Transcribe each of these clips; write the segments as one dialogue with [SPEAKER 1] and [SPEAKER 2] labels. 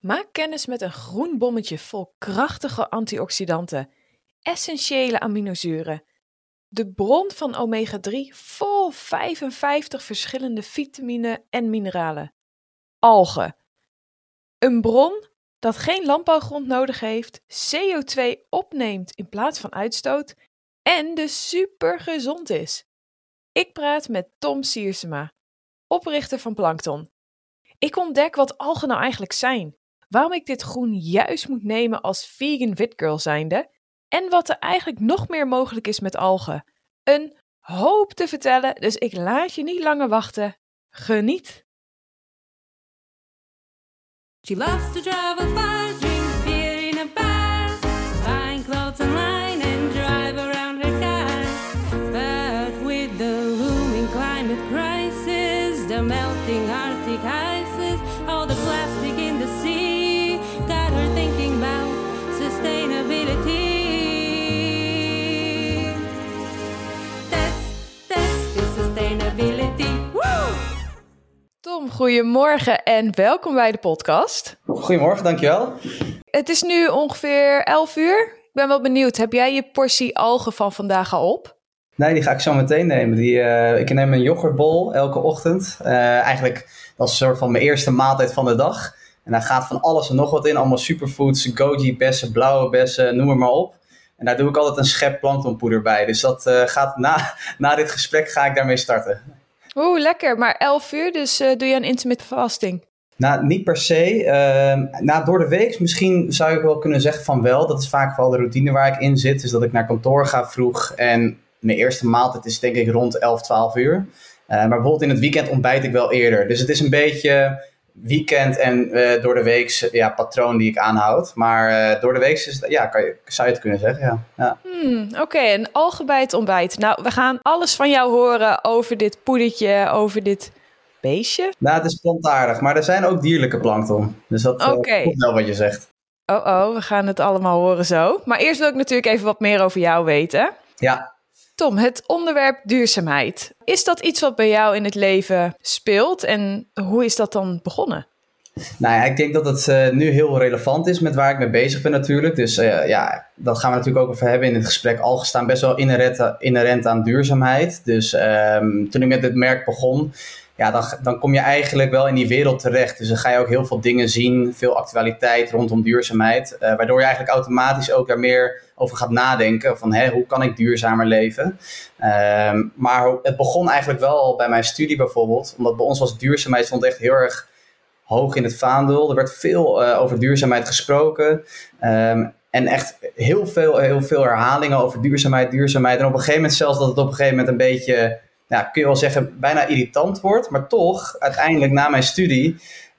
[SPEAKER 1] Maak kennis met een groen bommetje vol krachtige antioxidanten, essentiële aminozuren, de bron van omega-3 vol 55 verschillende vitamine en mineralen. Algen. Een bron dat geen landbouwgrond nodig heeft, CO2 opneemt in plaats van uitstoot en dus super gezond is. Ik praat met Tom Siersema, oprichter van Plankton. Ik ontdek wat algen nou eigenlijk zijn, waarom ik dit groen juist moet nemen als vegan fitgirl zijnde en wat er eigenlijk nog meer mogelijk is met algen. Een hoop te vertellen, dus ik laat je niet langer wachten. Geniet!
[SPEAKER 2] She loves to travel far, drink beer in a bar, buying clothes online and drive around her car. But with the looming climate crisis, the melting Arctic ices, all the plastic in the sea, got her thinking about sustainability. That's the sustainability. Woo!
[SPEAKER 1] Tom, goedemorgen en welkom bij de podcast.
[SPEAKER 3] Goedemorgen, dankjewel.
[SPEAKER 1] Het is nu ongeveer 11 uur. Ik ben wel benieuwd, heb jij je portie algen van vandaag al op?
[SPEAKER 3] Nee, die ga ik zo meteen nemen. Ik neem een yoghurtbol elke ochtend. Eigenlijk, dat is een soort van mijn eerste maaltijd van de dag. En daar gaat van alles en nog wat in. Allemaal superfoods, goji-bessen, blauwe bessen, noem maar op. En daar doe ik altijd een schep planktonpoeder bij. Dus dat gaat na dit gesprek ga ik daarmee starten.
[SPEAKER 1] Oeh, lekker. Maar 11 uur, dus doe je een intermittent fasting?
[SPEAKER 3] Nou, niet per se. Door de week misschien zou ik wel kunnen zeggen van wel. Dat is vaak wel de routine waar ik in zit. Dus dat ik naar kantoor ga vroeg. En mijn eerste maaltijd is denk ik rond 11, 12 uur. Maar bijvoorbeeld in het weekend ontbijt ik wel eerder. Dus het is een beetje weekend en door de week patroon die ik aanhoud. Maar door de week is het, zou je het kunnen zeggen, ja.
[SPEAKER 1] Oké, een algen bij het ontbijt. Nou, we gaan alles van jou horen over dit poedertje, over dit beestje.
[SPEAKER 3] Nou, het is plantaardig, maar er zijn ook dierlijke plankton. Dus dat klopt wel wat je zegt.
[SPEAKER 1] We gaan het allemaal horen zo. Maar eerst wil ik natuurlijk even wat meer over jou weten.
[SPEAKER 3] Ja.
[SPEAKER 1] Tom, het onderwerp duurzaamheid. Is dat iets wat bij jou in het leven speelt en hoe is dat dan begonnen?
[SPEAKER 3] Nou ja, ik denk dat het nu heel relevant is met waar ik mee bezig ben natuurlijk. Dus dat gaan we natuurlijk ook over hebben in het gesprek. Algen staan best wel inherent aan duurzaamheid. Dus toen ik met dit merk begon, dan kom je eigenlijk wel in die wereld terecht. Dus dan ga je ook heel veel dingen zien, veel actualiteit rondom duurzaamheid. Waardoor je eigenlijk automatisch ook daar meer over gaat nadenken. Van hoe kan ik duurzamer leven? Maar het begon eigenlijk wel al bij mijn studie bijvoorbeeld. Omdat bij ons was duurzaamheid stond echt heel erg hoog in het vaandel. Er werd veel over duurzaamheid gesproken. En echt heel veel herhalingen over duurzaamheid. En op een gegeven moment zelfs dat het op een gegeven moment een beetje, kun je wel zeggen, bijna irritant wordt. Maar toch, uiteindelijk na mijn studie,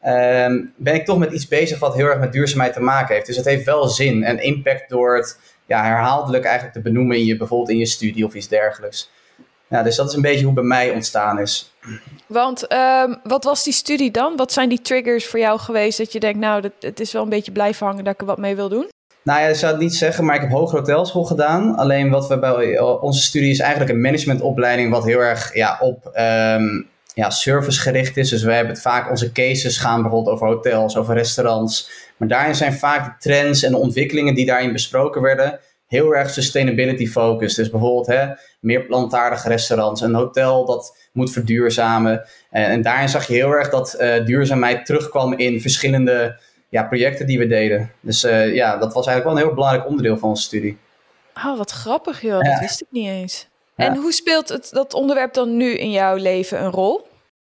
[SPEAKER 3] ben ik toch met iets bezig wat heel erg met duurzaamheid te maken heeft. Dus het heeft wel zin en impact door het herhaaldelijk eigenlijk te benoemen bijvoorbeeld in je studie of iets dergelijks. Ja, dus dat is een beetje hoe bij mij ontstaan is.
[SPEAKER 1] Want wat was die studie dan? Wat zijn die triggers voor jou geweest dat je denkt, nou, het is wel een beetje blijven hangen dat ik er wat mee wil doen?
[SPEAKER 3] Nou ja, ik zou het niet zeggen, maar ik heb hogere hotelschool gedaan. Alleen wat we bij onze studie is eigenlijk een managementopleiding wat heel erg op servicegericht is. Dus we hebben vaak, onze cases gaan bijvoorbeeld over hotels, over restaurants. Maar daarin zijn vaak de trends en de ontwikkelingen die daarin besproken werden heel erg sustainability focused. Dus bijvoorbeeld meer plantaardige restaurants. Een hotel dat moet verduurzamen. En daarin zag je heel erg dat duurzaamheid terugkwam in verschillende projecten die we deden. Dus dat was eigenlijk wel een heel belangrijk onderdeel van onze studie.
[SPEAKER 1] Oh, wat grappig joh. Dat wist ik niet eens. Ja. En hoe speelt dat onderwerp dan nu in jouw leven een rol?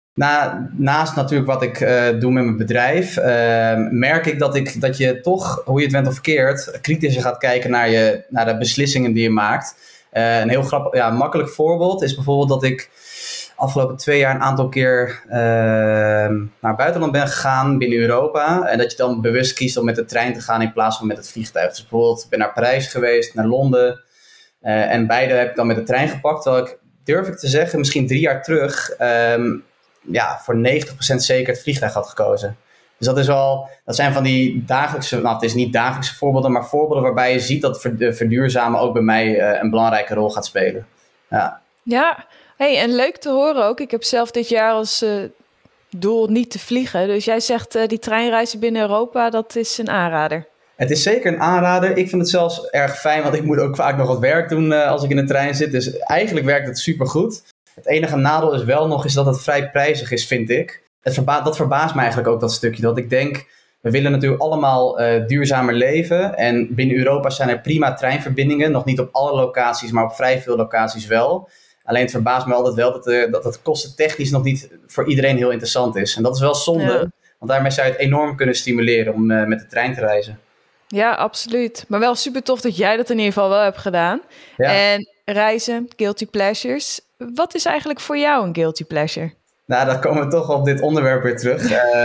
[SPEAKER 3] Naast natuurlijk wat ik doe met mijn bedrijf, merk ik dat je toch, hoe je het went of keert, kritischer gaat kijken naar de beslissingen die je maakt. Een heel grappig, makkelijk voorbeeld is bijvoorbeeld dat ik afgelopen 2 jaar een aantal keer naar het buitenland ben gegaan binnen Europa. En dat je dan bewust kiest om met de trein te gaan in plaats van met het vliegtuig. Dus bijvoorbeeld, ik ben naar Parijs geweest, naar Londen. En beide heb ik dan met de trein gepakt. Terwijl ik, durf ik te zeggen, misschien 3 jaar terug voor 90% zeker het vliegtuig had gekozen. Dus dat zijn van die dagelijkse, het is niet dagelijkse voorbeelden, maar voorbeelden waarbij je ziet dat verduurzamen ook bij mij een belangrijke rol gaat spelen.
[SPEAKER 1] Ja, hey, en leuk te horen ook. Ik heb zelf dit jaar als doel niet te vliegen. Dus jij zegt die treinreizen binnen Europa, dat is een aanrader.
[SPEAKER 3] Het is zeker een aanrader. Ik vind het zelfs erg fijn, want ik moet ook vaak nog wat werk doen als ik in de trein zit. Dus eigenlijk werkt het supergoed. Het enige nadeel is wel nog is dat het vrij prijzig is, vind ik. Dat verbaast me eigenlijk ook, dat stukje. Dat ik denk, we willen natuurlijk allemaal duurzamer leven. En binnen Europa zijn er prima treinverbindingen. Nog niet op alle locaties, maar op vrij veel locaties wel. Alleen het verbaast me altijd wel dat het kostentechnisch nog niet voor iedereen heel interessant is. En dat is wel zonde, want daarmee zou je het enorm kunnen stimuleren om met de trein te reizen.
[SPEAKER 1] Ja, absoluut. Maar wel super tof dat jij dat in ieder geval wel hebt gedaan. Ja. En reizen, guilty pleasures. Wat is eigenlijk voor jou een guilty pleasure?
[SPEAKER 3] Nou, dan komen we toch op dit onderwerp weer terug.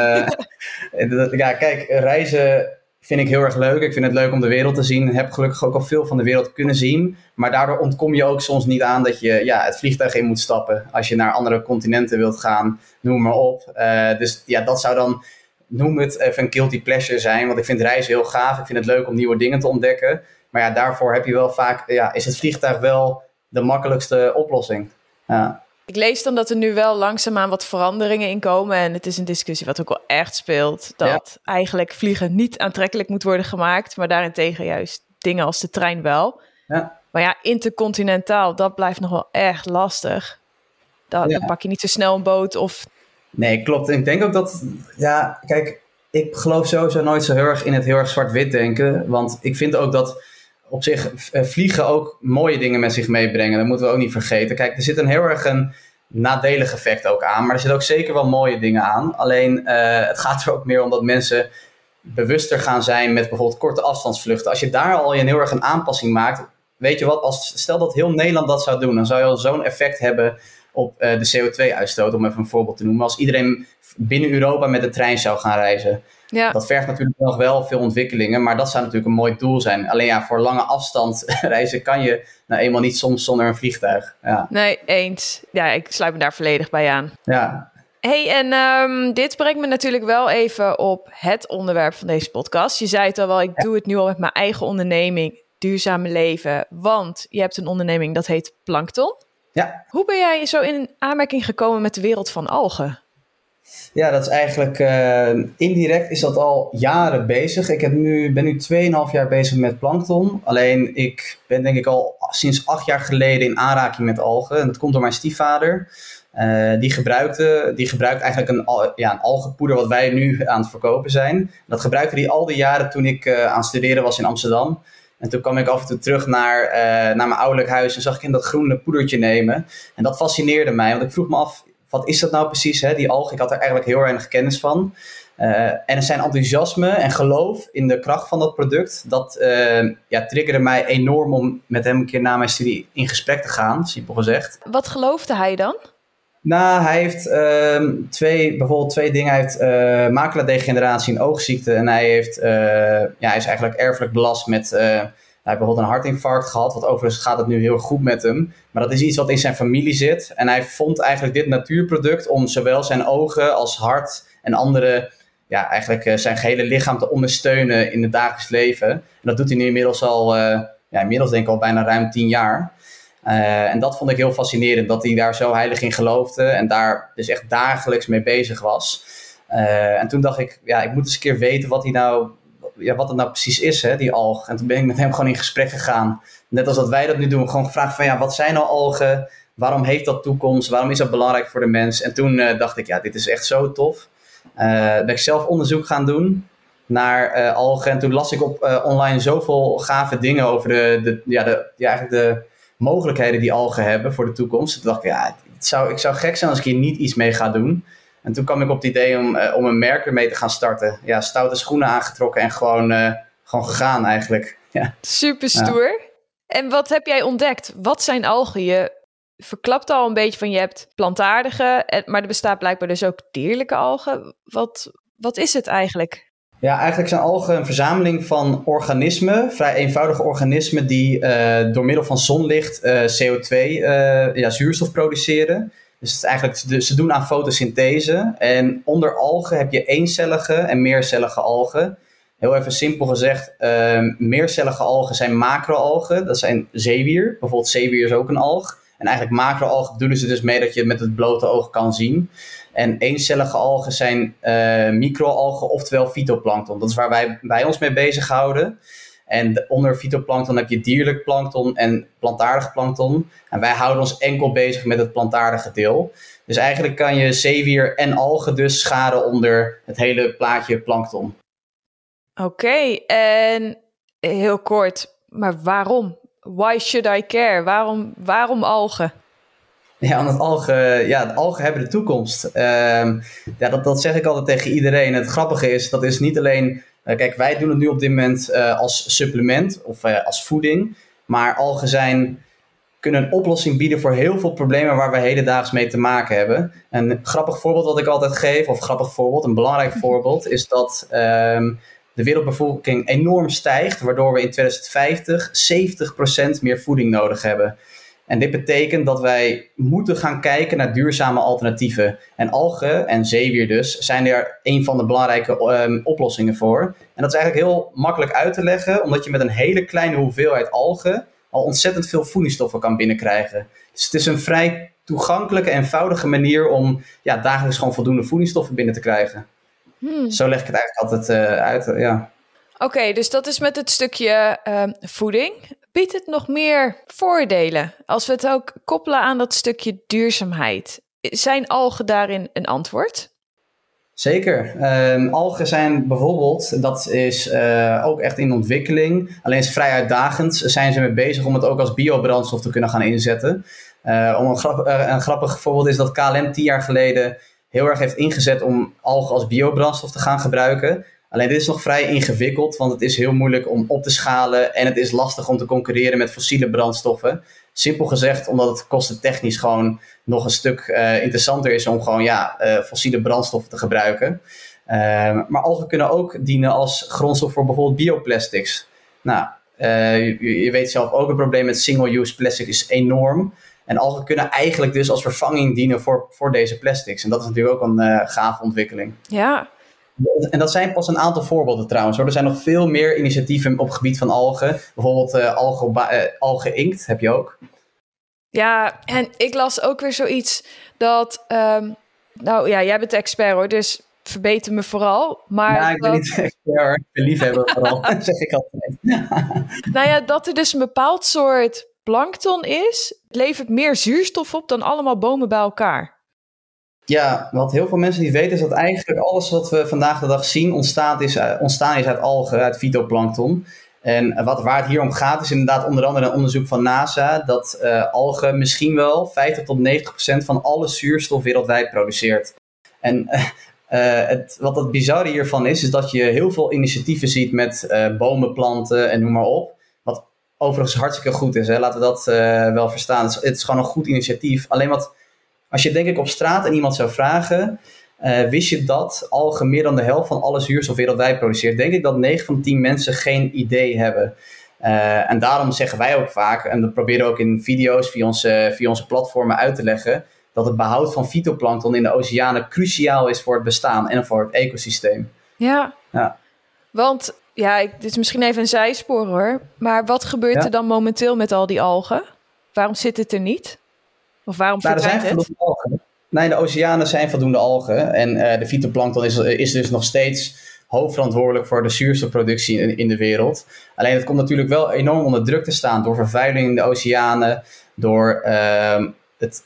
[SPEAKER 3] Ja, kijk, reizen vind ik heel erg leuk. Ik vind het leuk om de wereld te zien. Ik heb gelukkig ook al veel van de wereld kunnen zien. Maar daardoor ontkom je ook soms niet aan dat je het vliegtuig in moet stappen. Als je naar andere continenten wilt gaan, noem maar op. Dus ja, dat zou dan, noem het even een guilty pleasure zijn. Want ik vind reizen heel gaaf. Ik vind het leuk om nieuwe dingen te ontdekken. Maar ja, daarvoor heb je wel vaak, is het vliegtuig wel de makkelijkste oplossing. Ja.
[SPEAKER 1] Ik lees dan dat er nu wel langzaamaan wat veranderingen in komen. En het is een discussie wat ook wel echt speelt. Dat eigenlijk vliegen niet aantrekkelijk moet worden gemaakt. Maar daarentegen juist dingen als de trein wel. Ja. Maar ja, intercontinentaal, dat blijft nog wel erg lastig. Dan pak je niet zo snel een boot of...
[SPEAKER 3] Nee, klopt. En ik denk ook dat... Ja, kijk, ik geloof sowieso nooit zo heel erg in het heel erg zwart-wit denken. Want ik vind ook dat op zich vliegen ook mooie dingen met zich meebrengen. Dat moeten we ook niet vergeten. Kijk, er zit een heel erg een nadelig effect ook aan. Maar er zitten ook zeker wel mooie dingen aan. Alleen het gaat er ook meer om dat mensen bewuster gaan zijn met bijvoorbeeld korte afstandsvluchten. Als je daar al heel erg een aanpassing maakt. Weet je wat, stel dat heel Nederland dat zou doen. Dan zou je al zo'n effect hebben op de CO2-uitstoot. Om even een voorbeeld te noemen. Als iedereen binnen Europa met de trein zou gaan reizen. Ja. Dat vergt natuurlijk nog wel veel ontwikkelingen, maar dat zou natuurlijk een mooi doel zijn. Alleen ja, voor lange afstand reizen kan je nou eenmaal niet soms zonder een vliegtuig. Ja.
[SPEAKER 1] Nee, eens. Ja, ik sluit me daar volledig bij aan.
[SPEAKER 3] Ja.
[SPEAKER 1] Hey, en dit brengt me natuurlijk wel even op het onderwerp van deze podcast. Je zei het al wel, ik doe het nu al met mijn eigen onderneming, Duurzame Leven. Want je hebt een onderneming dat heet Plankton. Ja. Hoe ben jij zo in aanmerking gekomen met de wereld van algen?
[SPEAKER 3] Ja, dat is eigenlijk indirect is dat al jaren bezig. Ik ben nu 2,5 jaar bezig met plankton. Alleen ik ben denk ik al sinds 8 jaar geleden in aanraking met algen. En dat komt door mijn stiefvader. Die gebruikt eigenlijk een algenpoeder wat wij nu aan het verkopen zijn. Dat gebruikte hij al die jaren toen ik aan het studeren was in Amsterdam. En toen kwam ik af en toe terug naar mijn ouderlijk huis en zag ik hem dat groene poedertje nemen. En dat fascineerde mij, want ik vroeg me af, wat is dat nou precies, hè? Die algen? Ik had er eigenlijk heel weinig kennis van. En zijn enthousiasme en geloof in de kracht van dat product, dat triggerde mij enorm om met hem een keer na mijn studie in gesprek te gaan, simpel gezegd.
[SPEAKER 1] Wat geloofde hij dan?
[SPEAKER 3] Nou, hij heeft twee dingen. Hij heeft maculadegeneratie en oogziekte. En hij is eigenlijk erfelijk belast met... Hij heeft bijvoorbeeld een hartinfarct gehad, want overigens gaat het nu heel goed met hem. Maar dat is iets wat in zijn familie zit. En hij vond eigenlijk dit natuurproduct om zowel zijn ogen als hart en andere, zijn gehele lichaam te ondersteunen in het dagelijks leven. En dat doet hij nu inmiddels inmiddels denk ik al bijna ruim 10 jaar. En dat vond ik heel fascinerend, dat hij daar zo heilig in geloofde en daar dus echt dagelijks mee bezig was. En toen dacht ik, ik moet eens een keer weten wat het nou precies is, hè, die alg. En toen ben ik met hem gewoon in gesprek gegaan. Net als dat wij dat nu doen. Gewoon gevraagd van, wat zijn nou algen? Waarom heeft dat toekomst? Waarom is dat belangrijk voor de mens? En toen dacht ik, dit is echt zo tof. Ben ik zelf onderzoek gaan doen naar algen. En toen las ik op online zoveel gave dingen over de mogelijkheden die algen hebben voor de toekomst. Toen dacht ik, ik zou gek zijn als ik hier niet iets mee ga doen. En toen kwam ik op het idee om een merk ermee te gaan starten. Ja, stoute schoenen aangetrokken en gewoon gegaan eigenlijk. Ja.
[SPEAKER 1] Super stoer. Ja. En wat heb jij ontdekt? Wat zijn algen? Je verklapt al een beetje van je hebt plantaardige, maar er bestaat blijkbaar dus ook dierlijke algen. Wat is het eigenlijk?
[SPEAKER 3] Ja, eigenlijk zijn algen een verzameling van organismen, vrij eenvoudige organismen die door middel van zonlicht CO2, zuurstof produceren. Dus het is eigenlijk, ze doen aan fotosynthese. En onder algen heb je eencellige en meercellige algen. Heel even simpel gezegd, meercellige algen zijn macroalgen. Dat zijn zeewier. Bijvoorbeeld zeewier is ook een alg. En eigenlijk macroalgen bedoelen ze dus mee dat je het met het blote oog kan zien. En eencellige algen zijn microalgen, oftewel fytoplankton. Dat is waar wij ons mee bezighouden. En onder fytoplankton heb je dierlijk plankton en plantaardig plankton. En wij houden ons enkel bezig met het plantaardige deel. Dus eigenlijk kan je zeewier en algen dus scharen onder het hele plaatje plankton.
[SPEAKER 1] Oké, en heel kort, maar waarom? Why should I care? Waarom algen?
[SPEAKER 3] Ja, omdat de algen hebben de toekomst. Dat zeg ik altijd tegen iedereen. Het grappige is, dat is niet alleen... kijk, wij doen het nu op dit moment als supplement of als voeding. Maar algen kunnen een oplossing bieden voor heel veel problemen waar we hedendaags mee te maken hebben. Een grappig voorbeeld wat ik altijd geef, een belangrijk voorbeeld, is dat de wereldbevolking enorm stijgt, waardoor we in 2050 70% meer voeding nodig hebben. En dit betekent dat wij moeten gaan kijken naar duurzame alternatieven. En algen en zeewier dus zijn er een van de belangrijke oplossingen voor. En dat is eigenlijk heel makkelijk uit te leggen, omdat je met een hele kleine hoeveelheid algen al ontzettend veel voedingsstoffen kan binnenkrijgen. Dus het is een vrij toegankelijke, eenvoudige manier om dagelijks gewoon voldoende voedingsstoffen binnen te krijgen. Zo leg ik het eigenlijk altijd uit, ja.
[SPEAKER 1] Oké, dus dat is met het stukje voeding. Biedt het nog meer voordelen? Als we het ook koppelen aan dat stukje duurzaamheid. Zijn algen daarin een antwoord?
[SPEAKER 3] Zeker. Algen zijn bijvoorbeeld, dat is ook echt in ontwikkeling. Alleen is vrij uitdagend. Zijn ze mee bezig om het ook als biobrandstof te kunnen gaan inzetten. Een grappig voorbeeld is dat KLM 10 jaar geleden heel erg heeft ingezet om algen als biobrandstof te gaan gebruiken. Alleen dit is nog vrij ingewikkeld, want het is heel moeilijk om op te schalen en het is lastig om te concurreren met fossiele brandstoffen. Simpel gezegd, omdat het kostentechnisch gewoon nog een stuk interessanter is om gewoon fossiele brandstoffen te gebruiken. Maar algen kunnen ook dienen als grondstof voor bijvoorbeeld bioplastics. Nou, je weet zelf ook, het probleem met single-use plastic is enorm. En algen kunnen eigenlijk dus als vervanging dienen voor deze plastics. En dat is natuurlijk ook een gave ontwikkeling.
[SPEAKER 1] Ja.
[SPEAKER 3] En dat zijn pas een aantal voorbeelden trouwens, hoor. Er zijn nog veel meer initiatieven op het gebied van algen. Bijvoorbeeld algen-inkt heb je ook.
[SPEAKER 1] Ja, en ik las ook weer zoiets dat... jij bent de expert hoor, dus verbeter me vooral. Maar
[SPEAKER 3] ik ben niet de expert, ik ben liefhebber vooral, zeg ik altijd.
[SPEAKER 1] Dat er dus een bepaald soort plankton is, levert meer zuurstof op dan allemaal bomen bij elkaar.
[SPEAKER 3] Ja, wat heel veel mensen niet weten is dat eigenlijk alles wat we vandaag de dag zien ontstaan is uit algen, uit fytoplankton. En waar het hier om gaat is inderdaad onder andere een onderzoek van NASA dat algen misschien wel 50-90% van alle zuurstof wereldwijd produceert. En wat het bizarre hiervan is dat je heel veel initiatieven ziet met bomen planten en noem maar op. Wat overigens hartstikke goed is, hè? Laten we dat wel verstaan. Het is gewoon een goed initiatief. Alleen als je denk ik op straat en iemand zou vragen, wist je dat algen meer dan de helft van alle zuurstof wereldwijd produceert? Denk ik dat 9 van 10 mensen geen idee hebben. En daarom zeggen wij ook vaak, en dat proberen we ook in video's via onze platformen uit te leggen, dat het behoud van fytoplankton in de oceanen cruciaal is voor het bestaan en voor het ecosysteem.
[SPEAKER 1] Ja. Want, dit is misschien even een zijspoor hoor, maar wat gebeurt er dan momenteel met al die algen? Waarom zit het er niet? Of waarom verdwijnt het?
[SPEAKER 3] Er zijn voldoende algen. Nee, de oceanen zijn voldoende algen. En de fytoplankton is dus nog steeds hoofdverantwoordelijk voor de zuurstofproductie in de wereld. Alleen het komt natuurlijk wel enorm onder druk te staan door vervuiling in de oceanen, door het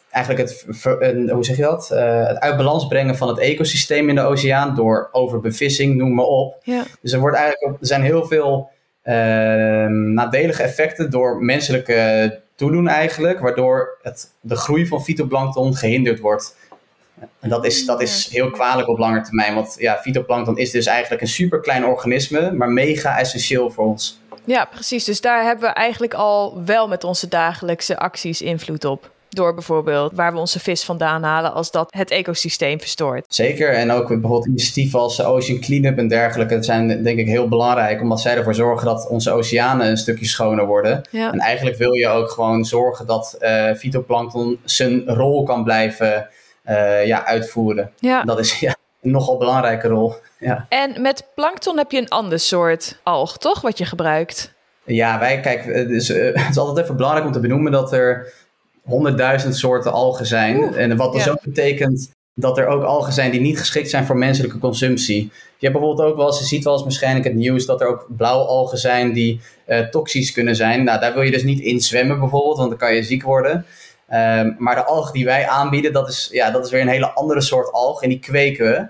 [SPEAKER 3] uit balans brengen van het ecosysteem in de oceaan, door overbevissing, noem maar op. Ja. Dus er zijn heel veel nadelige effecten door menselijke toedoen eigenlijk, waardoor de groei van fytoplankton gehinderd wordt. En dat is heel kwalijk op lange termijn, want fytoplankton is dus eigenlijk een superklein organisme, maar mega essentieel voor ons.
[SPEAKER 1] Ja, precies. Dus daar hebben we eigenlijk al wel met onze dagelijkse acties invloed op. Door bijvoorbeeld waar we onze vis vandaan halen als dat het ecosysteem verstoort.
[SPEAKER 3] Zeker, en ook bijvoorbeeld initiatieven als Ocean Cleanup en dergelijke. Dat zijn denk ik heel belangrijk, omdat zij ervoor zorgen dat onze oceanen een stukje schoner worden. Ja. En eigenlijk wil je ook gewoon zorgen dat fytoplankton zijn rol kan blijven uitvoeren. Ja. Dat is een nogal belangrijke rol. Ja.
[SPEAKER 1] En met plankton heb je een ander soort alg, toch? Wat je gebruikt?
[SPEAKER 3] Ja, het is altijd even belangrijk om te benoemen dat er 100.000 soorten algen zijn. En wat dus ook betekent dat er ook algen zijn die niet geschikt zijn voor menselijke consumptie. Je hebt bijvoorbeeld ook wel eens, je ziet wel eens waarschijnlijk het nieuws dat er ook blauwe algen zijn die toxisch kunnen zijn. Nou, daar wil je dus niet in zwemmen bijvoorbeeld, want dan kan je ziek worden. Maar de algen die wij aanbieden, dat is weer een hele andere soort alg en die kweken we.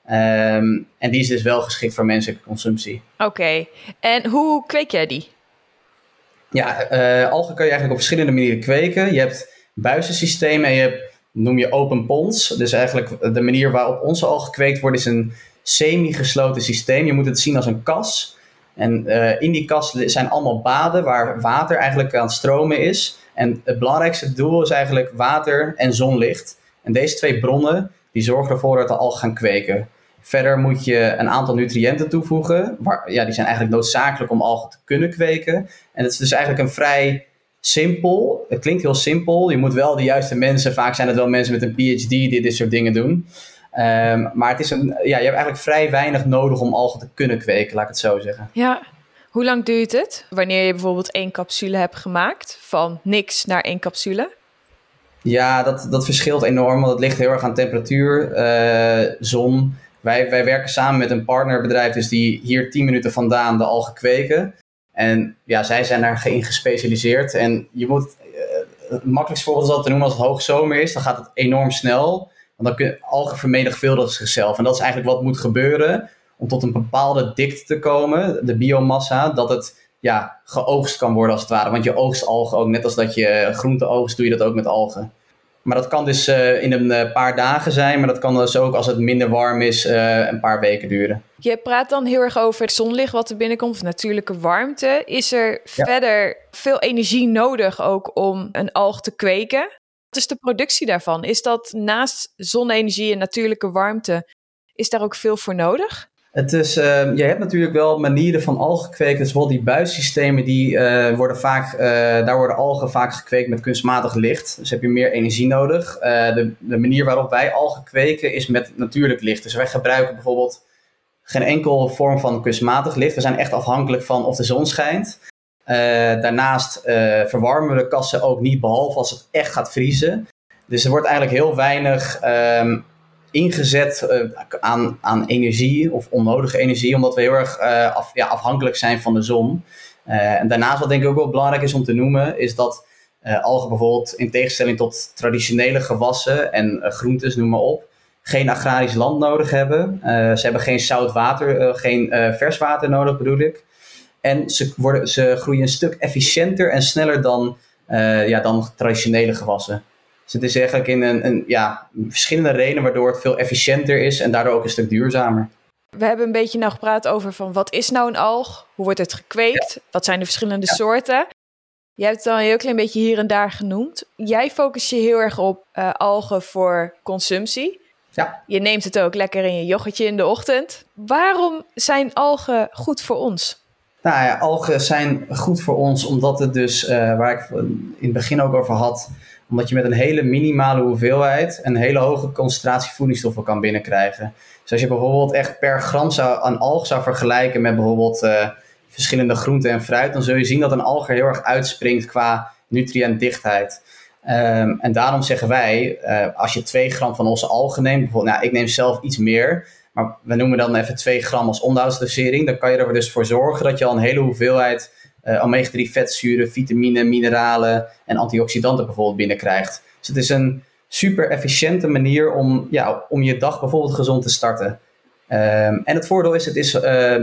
[SPEAKER 3] En die is dus wel geschikt voor menselijke consumptie.
[SPEAKER 1] Oké, en hoe kweek jij die?
[SPEAKER 3] Ja, algen kan je eigenlijk op verschillende manieren kweken. Je hebt buizensystemen en je hebt, noem je open ponds. Dus eigenlijk de manier waarop onze algen gekweekt worden is een semi-gesloten systeem. Je moet het zien als een kas. En in die kas zijn allemaal baden waar water eigenlijk aan het stromen is. En het belangrijkste doel is eigenlijk water en zonlicht. En deze twee bronnen die zorgen ervoor dat de algen gaan kweken. Verder moet je een aantal nutriënten toevoegen. Die zijn eigenlijk noodzakelijk om algen te kunnen kweken. En het is dus eigenlijk een vrij simpel. Het klinkt heel simpel. Je moet wel de juiste mensen, vaak zijn het wel mensen met een PhD die dit soort dingen doen. Maar het is je hebt eigenlijk vrij weinig nodig om algen te kunnen kweken, laat ik het zo zeggen.
[SPEAKER 1] Ja, hoe lang duurt het wanneer je bijvoorbeeld 1 capsule hebt gemaakt? Van niks naar 1 capsule?
[SPEAKER 3] Ja, dat verschilt enorm, want het ligt heel erg aan temperatuur, zon. Wij werken samen met een partnerbedrijf, dus die hier 10 minuten vandaan de algen kweken. En ja, zij zijn daarin gespecialiseerd. En je moet, het makkelijkste voorbeeld is altijd te noemen als het hoogzomer is, dan gaat het enorm snel. Want dan kunnen algen vermenigvuldigen zichzelf. En dat is eigenlijk wat moet gebeuren om tot een bepaalde dikte te komen, de biomassa, dat het geoogst kan worden als het ware. Want je oogst algen ook, net als dat je groente oogst, doe je dat ook met algen. Maar dat kan dus in een paar dagen zijn, maar dat kan dus ook als het minder warm is een paar weken duren.
[SPEAKER 1] Je praat dan heel erg over het zonlicht wat er binnenkomt, of natuurlijke warmte. Is er verder veel energie nodig ook om een alg te kweken? Wat is de productie daarvan? Is dat naast zonne-energie en natuurlijke warmte, is daar ook veel voor nodig?
[SPEAKER 3] Het is, je hebt natuurlijk wel manieren van algen kweken. Dus bijvoorbeeld die buissystemen, daar worden algen vaak gekweekt met kunstmatig licht. Dus heb je meer energie nodig. De manier waarop wij algen kweken is met natuurlijk licht. Dus wij gebruiken bijvoorbeeld geen enkele vorm van kunstmatig licht. We zijn echt afhankelijk van of de zon schijnt. Daarnaast verwarmen we de kassen ook niet, behalve als het echt gaat vriezen. Dus er wordt eigenlijk heel weinig ingezet aan energie of onnodige energie, omdat we heel erg afhankelijk zijn van de zon. En daarnaast wat denk ik ook wel belangrijk is om te noemen, is dat algen bijvoorbeeld in tegenstelling tot traditionele gewassen en groentes, noem maar op, geen agrarisch land nodig hebben. Ze hebben geen zout water, geen vers water nodig bedoel ik. En ze groeien een stuk efficiënter en sneller dan traditionele gewassen. Dus het is eigenlijk in verschillende redenen waardoor het veel efficiënter is en daardoor ook een stuk duurzamer.
[SPEAKER 1] We hebben een beetje nou gepraat over van wat is nou een alg? Hoe wordt het gekweekt? Ja. Wat zijn de verschillende soorten? Je hebt het al een heel klein beetje hier en daar genoemd. Jij focust je heel erg op algen voor consumptie.
[SPEAKER 3] Ja.
[SPEAKER 1] Je neemt het ook lekker in je yoghurtje in de ochtend. Waarom zijn algen goed voor ons?
[SPEAKER 3] Nou ja, algen zijn goed voor ons omdat het dus, waar ik in het begin ook over had, omdat je met een hele minimale hoeveelheid een hele hoge concentratie voedingsstoffen kan binnenkrijgen. Dus als je bijvoorbeeld echt per gram een alg zou vergelijken met bijvoorbeeld verschillende groenten en fruit, dan zul je zien dat een alg er heel erg uitspringt qua nutriëntdichtheid. En daarom zeggen wij, als je 2 gram van onze algen neemt, bijvoorbeeld, ik neem zelf iets meer, maar we noemen dan even 2 gram als onderhoudsdosering, dan kan je er dus voor zorgen dat je al een hele hoeveelheid omega-3 vetzuren, vitamine, mineralen en antioxidanten bijvoorbeeld binnenkrijgt. Dus het is een super efficiënte manier om je dag bijvoorbeeld gezond te starten. En het voordeel is, het is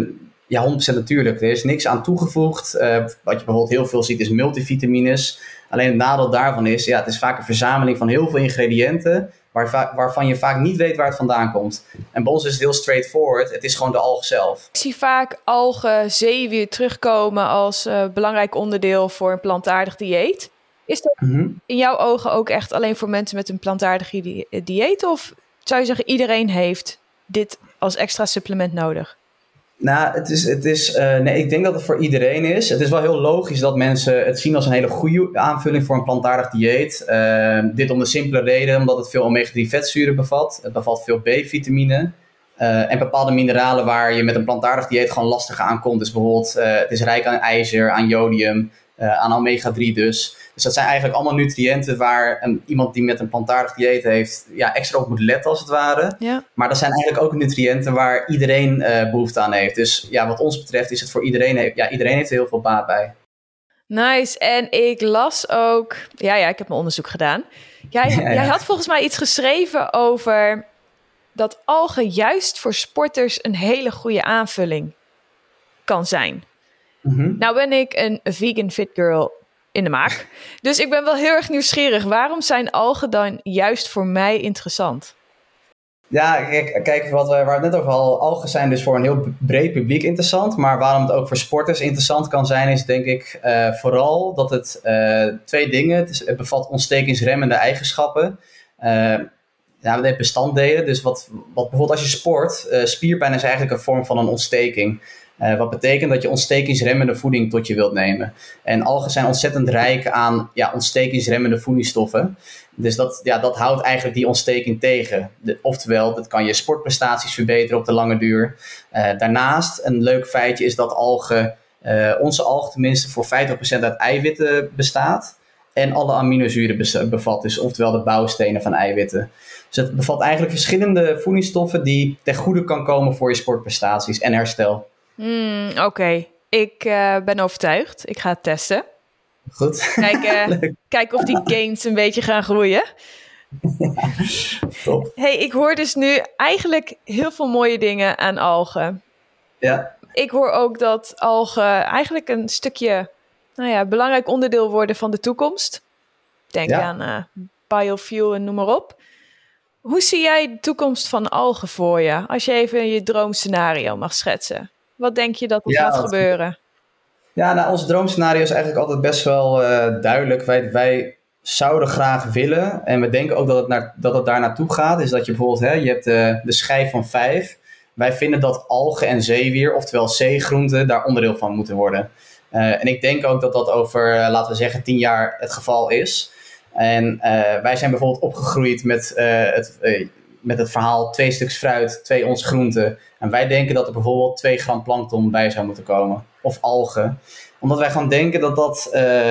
[SPEAKER 3] 100% natuurlijk. Er is niks aan toegevoegd. Wat je bijvoorbeeld heel veel ziet is multivitamines. Alleen het nadeel daarvan is, het is vaak een verzameling van heel veel ingrediënten waarvan je vaak niet weet waar het vandaan komt. En bij ons is het heel straightforward. Het is gewoon de alg zelf.
[SPEAKER 1] Ik zie vaak algen, zeewier terugkomen als belangrijk onderdeel voor een plantaardig dieet. Is dat in jouw ogen ook echt alleen voor mensen met een plantaardig dieet? Of zou je zeggen, iedereen heeft dit als extra supplement nodig?
[SPEAKER 3] Nou, ik denk dat het voor iedereen is. Het is wel heel logisch dat mensen het zien als een hele goede aanvulling voor een plantaardig dieet. Dit om de simpele reden, omdat het veel omega-3 vetzuren bevat. Het bevat veel B-vitamine. En bepaalde mineralen waar je met een plantaardig dieet gewoon lastig aan komt. Dus bijvoorbeeld, het is rijk aan ijzer, aan jodium. aan omega-3 dus. Dus dat zijn eigenlijk allemaal nutriënten waar iemand die met een plantaardig dieet heeft extra op moet letten als het ware.
[SPEAKER 1] Ja.
[SPEAKER 3] Maar dat zijn eigenlijk ook nutriënten waar iedereen behoefte aan heeft. Dus wat ons betreft is het voor iedereen, iedereen heeft er heel veel baat bij.
[SPEAKER 1] Nice. En ik las ook... ik heb mijn onderzoek gedaan. Jij had volgens mij iets geschreven over dat algen juist voor sporters een hele goede aanvulling kan zijn.
[SPEAKER 3] Mm-hmm.
[SPEAKER 1] Nou ben ik een vegan fit girl in de maak. Dus ik ben wel heel erg nieuwsgierig. Waarom zijn algen dan juist voor mij interessant?
[SPEAKER 3] Ja, kijk waar we het net over hadden. Algen zijn dus voor een heel breed publiek interessant. Maar waarom het ook voor sporters interessant kan zijn, is denk ik vooral dat het twee dingen. Het bevat ontstekingsremmende eigenschappen. Het heeft bestanddelen. Dus wat bijvoorbeeld als je sport, spierpijn is eigenlijk een vorm van een ontsteking. Wat betekent dat je ontstekingsremmende voeding tot je wilt nemen. En algen zijn ontzettend rijk aan ontstekingsremmende voedingsstoffen. Dus dat houdt eigenlijk die ontsteking tegen. Oftewel, dat kan je sportprestaties verbeteren op de lange duur. Daarnaast, een leuk feitje is dat onze alg tenminste voor 50% uit eiwitten bestaat. En alle aminozuren bevat, dus oftewel de bouwstenen van eiwitten. Dus het bevat eigenlijk verschillende voedingsstoffen die ten goede kan komen voor je sportprestaties en herstel.
[SPEAKER 1] Oké. Ik ben overtuigd. Ik ga het testen.
[SPEAKER 3] Goed.
[SPEAKER 1] Kijken of die gains een beetje gaan groeien.
[SPEAKER 3] Top.
[SPEAKER 1] Hey, ik hoor dus nu eigenlijk heel veel mooie dingen aan algen.
[SPEAKER 3] Ja.
[SPEAKER 1] Ik hoor ook dat algen eigenlijk een stukje, belangrijk onderdeel worden van de toekomst. Denk aan biofuel en noem maar op. Hoe zie jij de toekomst van algen voor je? Als je even je droomscenario mag schetsen. Wat denk je dat er gaat gebeuren? Ja,
[SPEAKER 3] ons droomscenario is eigenlijk altijd best wel duidelijk. Wij zouden graag willen, en we denken ook dat het daar naartoe gaat, is dat je bijvoorbeeld, je hebt de schijf van 5. Wij vinden dat algen en zeewier, oftewel zeegroenten, daar onderdeel van moeten worden. En ik denk ook dat over, laten we zeggen, 10 jaar het geval is. En wij zijn bijvoorbeeld opgegroeid met het verhaal 2 stuks fruit, 2 ons groenten. En wij denken dat er bijvoorbeeld 2 gram plankton bij zou moeten komen. Of algen. Omdat wij gewoon denken dat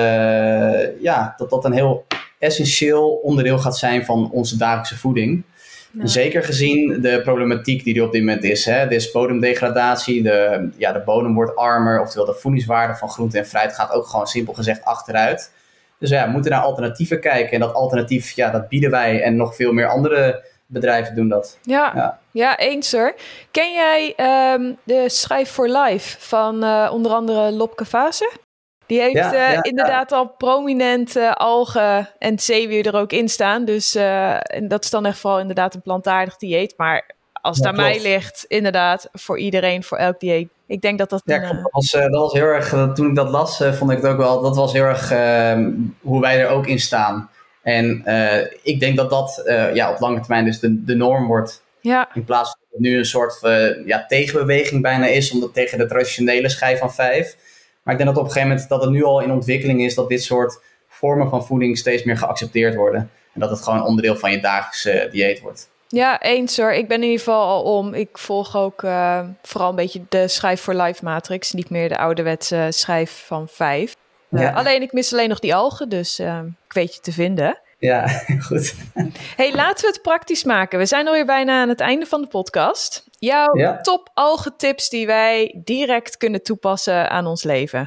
[SPEAKER 3] een heel essentieel onderdeel gaat zijn van onze dagelijkse voeding. Ja. Zeker gezien de problematiek die er op dit moment is. Hè. Er is bodemdegradatie, de bodem wordt armer. Oftewel de voedingswaarde van groente en fruit gaat ook gewoon simpel gezegd achteruit. Dus we moeten naar alternatieven kijken. En dat alternatief, dat bieden wij. En nog veel meer andere bedrijven doen dat.
[SPEAKER 1] Ja, eens hoor. Ken jij de Schijf for Life van onder andere Lopke Vase? Die heeft inderdaad al prominent algen en zeewier er ook in staan. Dus en dat is dan echt vooral inderdaad een plantaardig dieet. Maar als het aan mij ligt, inderdaad, voor iedereen, voor elk dieet. Ik denk dat dat...
[SPEAKER 3] dat was heel erg... Toen ik dat las, vond ik het ook wel... Dat was heel erg hoe wij er ook in staan. En ik denk dat op lange termijn dus de norm wordt. Ja. In plaats van dat het nu een soort tegenbeweging bijna is, omdat tegen de traditionele schijf van 5. Maar ik denk dat op een gegeven moment dat het nu al in ontwikkeling is, dat dit soort vormen van voeding steeds meer geaccepteerd worden. En dat het gewoon onderdeel van je dagelijkse dieet wordt.
[SPEAKER 1] Ja, eens hoor. Ik ben in ieder geval al om. Ik volg ook vooral een beetje de Schijf for Life matrix. Niet meer de ouderwetse schijf van 5. Alleen ik mis alleen nog die algen, dus ik weet je te vinden.
[SPEAKER 3] Ja, goed.
[SPEAKER 1] Hey, laten we het praktisch maken. We zijn alweer bijna aan het einde van de podcast. Jouw top algetips die wij direct kunnen toepassen aan ons leven.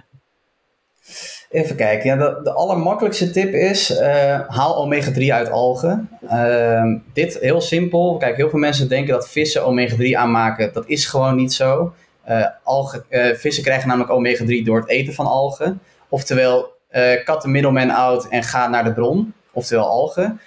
[SPEAKER 3] Even kijken. Ja, de allermakkelijkste tip is, haal omega-3 uit algen. Dit heel simpel. Kijk, heel veel mensen denken dat vissen omega-3 aanmaken. Dat is gewoon niet zo. Vissen krijgen namelijk omega-3 door het eten van algen. Oftewel, cut the middleman out en ga naar de bron. Oftewel algen.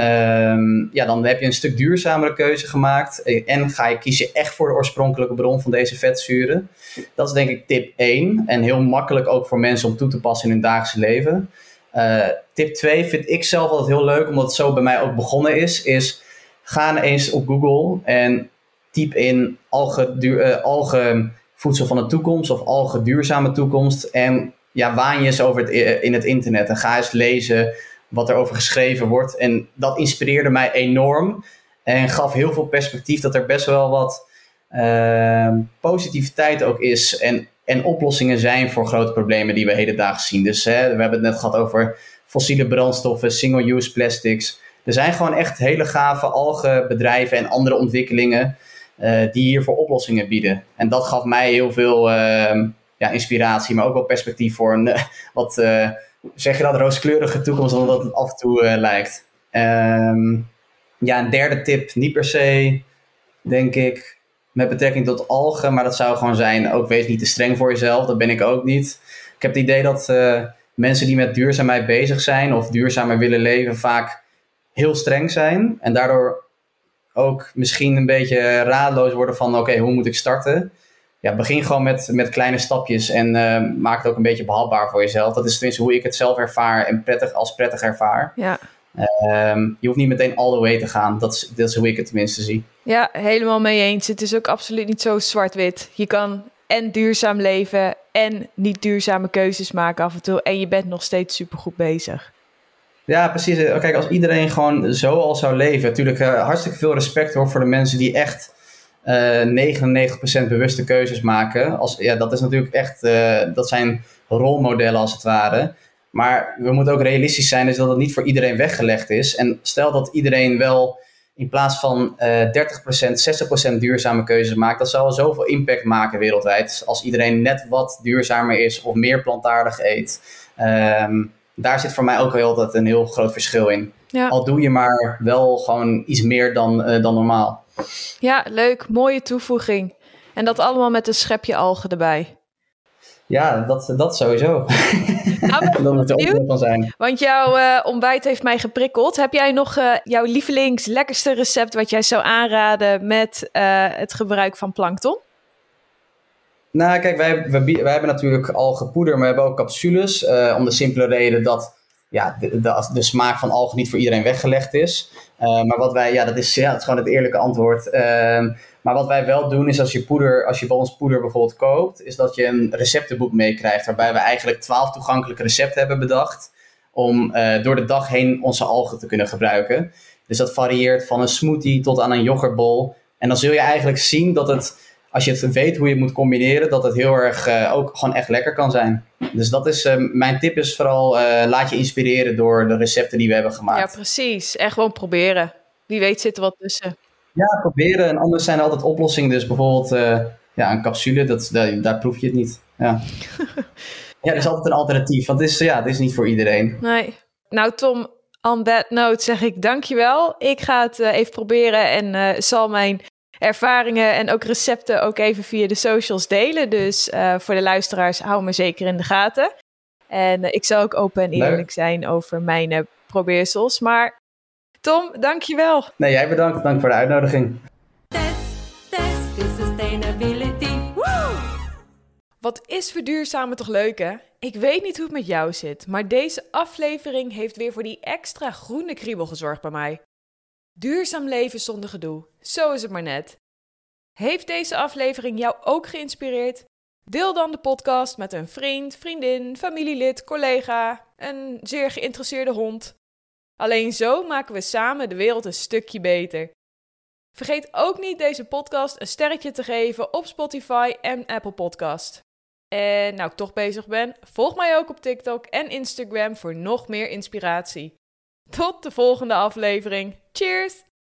[SPEAKER 3] Dan heb je een stuk duurzamere keuze gemaakt. En kies je echt voor de oorspronkelijke bron van deze vetzuren. Dat is denk ik tip 1. En heel makkelijk ook voor mensen om toe te passen in hun dagelijkse leven. Tip 2 vind ik zelf altijd heel leuk, omdat het zo bij mij ook begonnen is ga eens op Google en typ in algenvoedsel van de toekomst of algen duurzame toekomst. En waan je eens over in het internet en ga eens lezen wat er over geschreven wordt. En dat inspireerde mij enorm en gaf heel veel perspectief dat er best wel wat positiviteit ook is. En en oplossingen zijn voor grote problemen die we hedendaags zien. Dus we hebben het net gehad over fossiele brandstoffen, single-use plastics. Er zijn gewoon echt hele gave algenbedrijven en andere ontwikkelingen die hiervoor oplossingen bieden. En dat gaf mij heel veel inspiratie, maar ook wel perspectief voor een zeg je dat, rooskleurige toekomst, omdat het af en toe lijkt. Een derde tip, niet per se, denk ik, met betrekking tot algen, maar dat zou gewoon zijn, ook wees niet te streng voor jezelf, dat ben ik ook niet. Ik heb het idee dat mensen die met duurzaamheid bezig zijn of duurzamer willen leven vaak heel streng zijn en daardoor ook misschien een beetje raadloos worden van oké, hoe moet ik starten? Ja, begin gewoon met kleine stapjes en maak het ook een beetje behapbaar voor jezelf. Dat is tenminste hoe ik het zelf ervaar en prettig ervaar.
[SPEAKER 1] Ja.
[SPEAKER 3] Je hoeft niet meteen all the way te gaan. Dat is hoe ik het tenminste zie.
[SPEAKER 1] Ja, helemaal mee eens. Het is ook absoluut niet zo zwart-wit. Je kan en duurzaam leven en niet duurzame keuzes maken af en toe. En je bent nog steeds supergoed bezig.
[SPEAKER 3] Ja, precies. Kijk, als iedereen gewoon zo al zou leven. Natuurlijk hartstikke veel respect hoor voor de mensen die echt 99% bewuste keuzes maken. Dat is natuurlijk echt, dat zijn rolmodellen als het ware. Maar we moeten ook realistisch zijn dus dat het niet voor iedereen weggelegd is. En stel dat iedereen wel in plaats van 30%, 60% duurzame keuzes maakt. Dat zou wel zoveel impact maken wereldwijd. Als iedereen net wat duurzamer is of meer plantaardig eet. Daar zit voor mij ook wel altijd een heel groot verschil in. Ja. Al doe je maar wel gewoon iets meer dan normaal.
[SPEAKER 1] Ja, leuk. Mooie toevoeging. En dat allemaal met een schepje algen erbij.
[SPEAKER 3] Ja, dat sowieso. Nou, dat moet er ook van zijn.
[SPEAKER 1] Want jouw ontbijt heeft mij geprikkeld. Heb jij nog jouw lievelingslekkerste recept wat jij zou aanraden met het gebruik van plankton?
[SPEAKER 3] Nou, kijk, wij hebben natuurlijk algenpoeder, maar we hebben ook capsules. Om de simpele reden dat de smaak van algen niet voor iedereen weggelegd is. Maar wat wij, dat is gewoon het eerlijke antwoord. Maar wat wij wel doen is als je bij ons poeder bijvoorbeeld koopt, is dat je een receptenboek meekrijgt. Waarbij we eigenlijk 12 toegankelijke recepten hebben bedacht. Om door de dag heen onze algen te kunnen gebruiken. Dus dat varieert van een smoothie tot aan een yoghurtbol. En dan zul je eigenlijk zien dat het, als je het weet hoe je het moet combineren, dat het heel erg ook gewoon echt lekker kan zijn. Dus dat is, mijn tip is vooral, laat je inspireren door de recepten die we hebben gemaakt.
[SPEAKER 1] Ja, precies. En gewoon proberen. Wie weet zit er wat tussen.
[SPEAKER 3] Ja, proberen. En anders zijn er altijd oplossingen. Dus bijvoorbeeld een capsule, daar proef je het niet. Ja. Ja, er is altijd een alternatief. Want het is niet voor iedereen.
[SPEAKER 1] Nee. Nou Tom, on that note zeg ik dankjewel. Ik ga het even proberen en zal mijn ervaringen en ook recepten ook even via de socials delen. Dus voor de luisteraars, hou me zeker in de gaten. En ik zal ook open en eerlijk zijn over mijn probeersels. Maar Tom, dankjewel.
[SPEAKER 3] Nee, jij bedankt. Dank voor de uitnodiging.
[SPEAKER 2] Test sustainability. Woo!
[SPEAKER 1] Wat is verduurzamen toch leuk, hè? Ik weet niet hoe het met jou zit, maar deze aflevering heeft weer voor die extra groene kriebel gezorgd bij mij. Duurzaam leven zonder gedoe. Zo is het maar net. Heeft deze aflevering jou ook geïnspireerd? Deel dan de podcast met een vriend, vriendin, familielid, collega, een zeer geïnteresseerde hond. Alleen zo maken we samen de wereld een stukje beter. Vergeet ook niet deze podcast een sterretje te geven op Spotify en Apple Podcast. En nou ik toch bezig ben, volg mij ook op TikTok en Instagram voor nog meer inspiratie. Tot de volgende aflevering. Cheers!